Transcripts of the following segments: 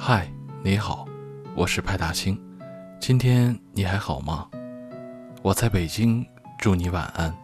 嗨，你好，我是派大星，今天你还好吗？我在北京，祝你晚安。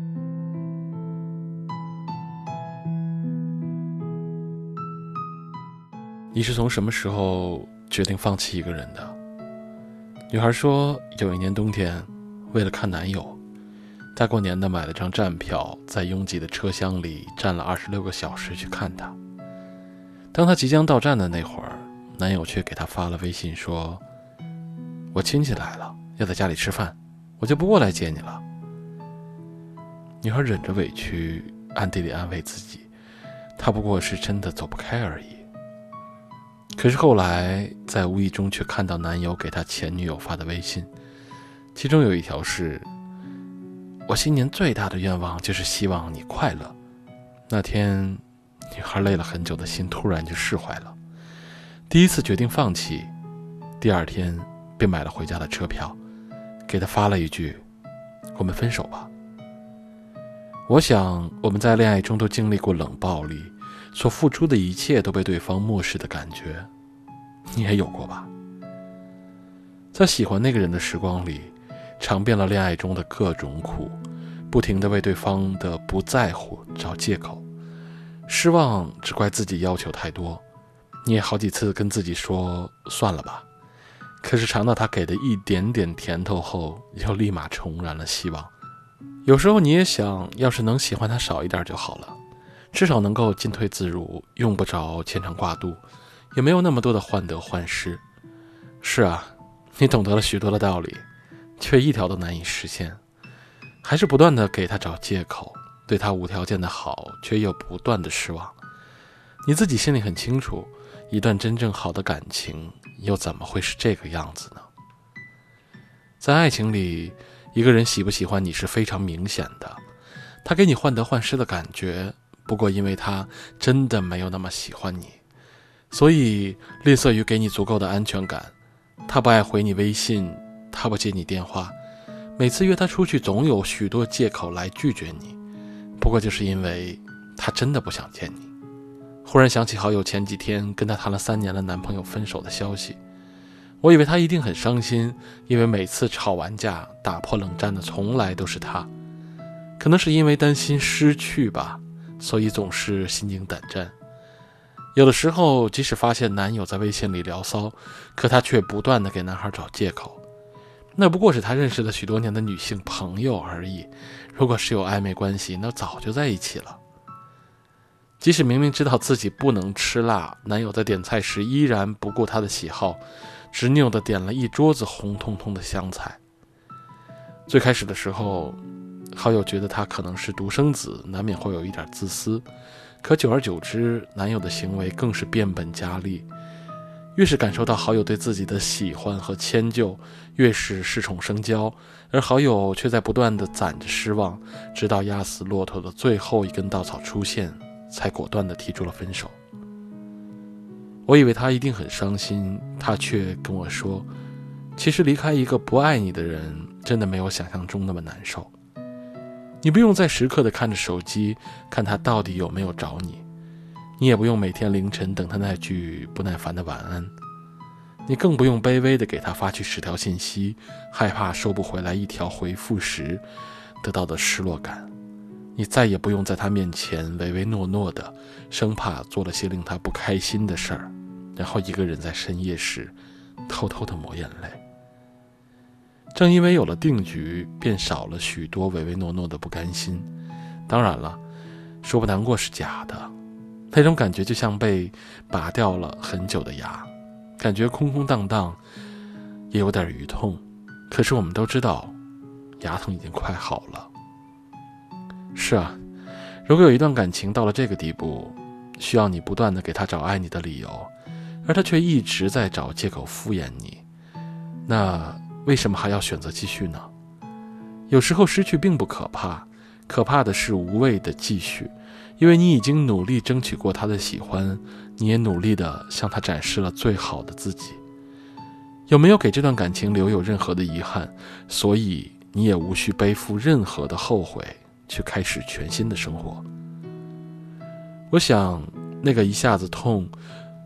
你是从什么时候决定放弃一个人的？女孩说，有一年冬天，为了看男友，大过年的买了张站票，在拥挤的车厢里站了26个小时去看他。当他即将到站的那会儿，男友却给她发了微信说，我亲戚来了，要在家里吃饭，我就不过来接你了。女孩忍着委屈，暗地里安慰自己，她不过是真的走不开而已。可是后来在无意中却看到男友给他前女友发的微信，其中有一条是，我新年最大的愿望就是希望你快乐。那天女孩累了很久的心突然就释怀了，第一次决定放弃，第二天便买了回家的车票，给他发了一句，我们分手吧。我想我们在恋爱中都经历过冷暴力，所付出的一切都被对方漠视的感觉，你也有过吧？在喜欢那个人的时光里，尝遍了恋爱中的各种苦，不停地为对方的不在乎找借口，失望只怪自己要求太多，你也好几次跟自己说算了吧，可是尝到他给的一点点甜头后，又立马重燃了希望。有时候你也想，要是能喜欢他少一点就好了，至少能够进退自如，用不着牵肠挂肚，也没有那么多的患得患失。是啊，你懂得了许多的道理，却一条都难以实现，还是不断的给他找借口，对他无条件的好，却又不断的失望。你自己心里很清楚，一段真正好的感情又怎么会是这个样子呢？在爱情里，一个人喜不喜欢你是非常明显的，他给你患得患失的感觉，不过因为他真的没有那么喜欢你，所以吝啬于给你足够的安全感。他不爱回你微信，他不接你电话，每次约他出去总有许多借口来拒绝你，不过就是因为他真的不想见你。忽然想起好友前几天跟他谈了3年的男朋友分手的消息，我以为他一定很伤心，因为每次吵完架打破冷战的从来都是他，可能是因为担心失去吧，所以总是心惊胆战。有的时候即使发现男友在微信里聊骚，可他却不断地给男孩找借口，那不过是他认识了许多年的女性朋友而已，如果是有暧昧关系，那早就在一起了。即使明明知道自己不能吃辣，男友在点菜时依然不顾他的喜好，执拗地点了一桌子红彤彤的香菜。最开始的时候，好友觉得他可能是独生子，难免会有一点自私，可久而久之，男友的行为更是变本加厉。越是感受到好友对自己的喜欢和迁就，越是恃宠生骄，而好友却在不断地攒着失望，直到压死骆驼的最后一根稻草出现，才果断地提出了分手。我以为他一定很伤心，他却跟我说，其实离开一个不爱你的人，真的没有想象中那么难受。你不用再时刻地看着手机，看他到底有没有找你，你也不用每天凌晨等他那句不耐烦的晚安，你更不用卑微地给他发去10条信息，害怕收不回来一条回复时得到的失落感。你再也不用在他面前唯唯诺诺的，生怕做了些令他不开心的事儿，然后一个人在深夜时偷偷地抹眼泪。正因为有了定局，便少了许多唯唯诺诺的不甘心。当然了，说不难过是假的，那种感觉就像被拔掉了很久的牙，感觉空空荡荡，也有点余痛。可是我们都知道，牙疼已经快好了。是啊，如果有一段感情到了这个地步，需要你不断地给他找爱你的理由，而他却一直在找借口敷衍你，那为什么还要选择继续呢？有时候失去并不可怕，可怕的是无谓的继续，因为你已经努力争取过他的喜欢，你也努力地向他展示了最好的自己。有没有给这段感情留有任何的遗憾，所以你也无需背负任何的后悔，去开始全新的生活。我想那个一下子痛，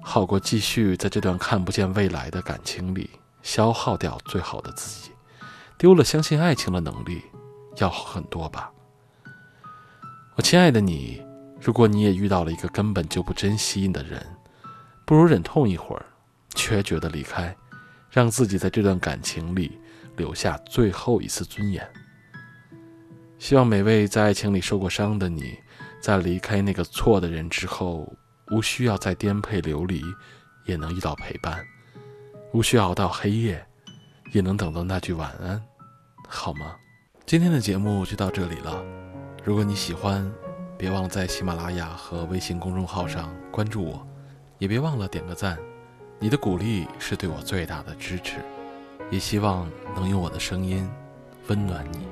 好过继续在这段看不见未来的感情里消耗掉最好的自己，丢了相信爱情的能力，要好很多吧。我亲爱的你，如果你也遇到了一个根本就不珍惜你的人，不如忍痛一会儿，决绝地离开，让自己在这段感情里留下最后一丝尊严。希望每位在爱情里受过伤的你，在离开那个错的人之后，无需要再颠沛流离，也能遇到陪伴；无需熬到黑夜，也能等到那句晚安，好吗？今天的节目就到这里了。如果你喜欢，别忘了在喜马拉雅和微信公众号上关注我，也别忘了点个赞，你的鼓励是对我最大的支持，也希望能用我的声音温暖你。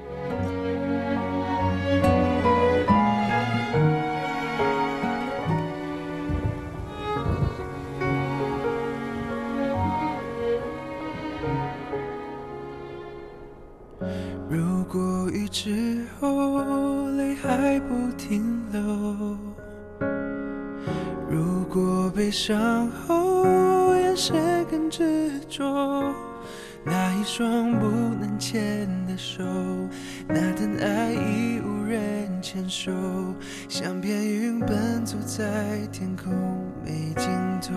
如果雨之后泪还不停流，如果悲伤后眼神更执着，那一双不能牵的手，那段爱已无人牵手，像片云奔走在天空没尽头。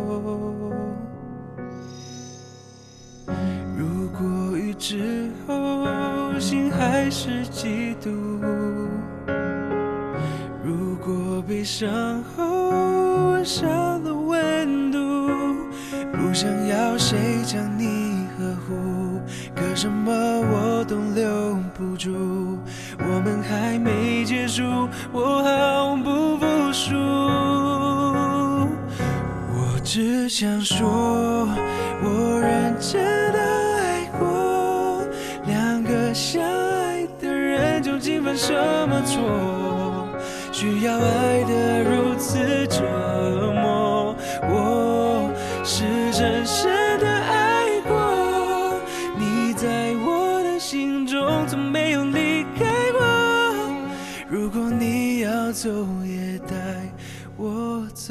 如果雨之后心还是嫉妒，如果悲伤后温少了温度，不想要谁将你呵护，可什么我都留不住，我们还没结束，我毫不服输。我只想说，我认真的爱过，两个相爱的人究竟犯什么错，需要爱得如此折磨。我是真深的爱过，你在我的心中从没有离开过，如果你要走也带我走。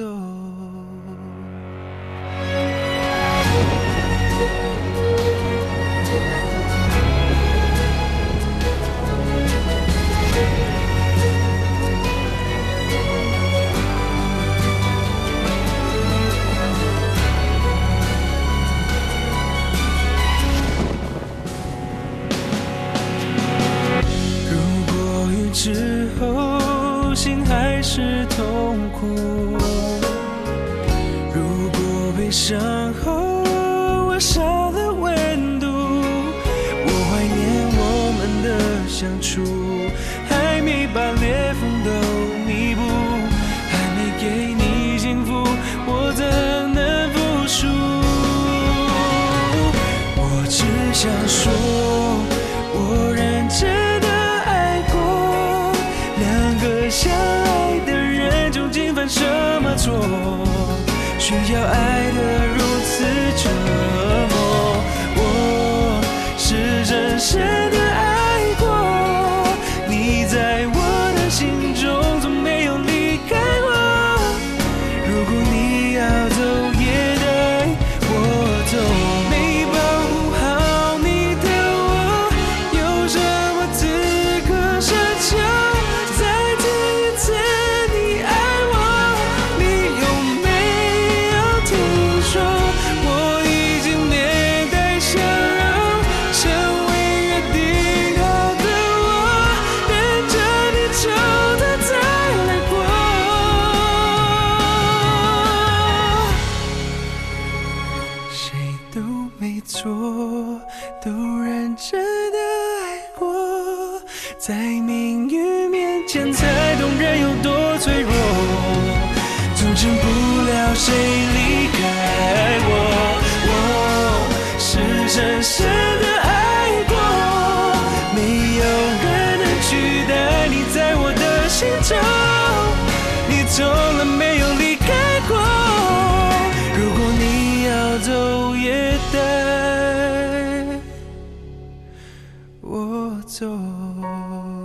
之后心还是痛苦，如果悲伤后我少了温度，我怀念我们的相处，还没把裂缝都弥补，还没给你幸福，我怎能服输？我只想说，我认真相爱的人究竟犯什么错，需要爱得如此折磨。我是真深的爱过，你在我的心中从没有离开过，如果你要走也带我走。没保护好你的我，有什么资格奢求都认真的爱过，在命运面前才懂人有多脆弱，阻止不了谁离开我。我是深深的爱过，没有人能取代你在我的心中，你从来没有离开过，如果你要走也带我走。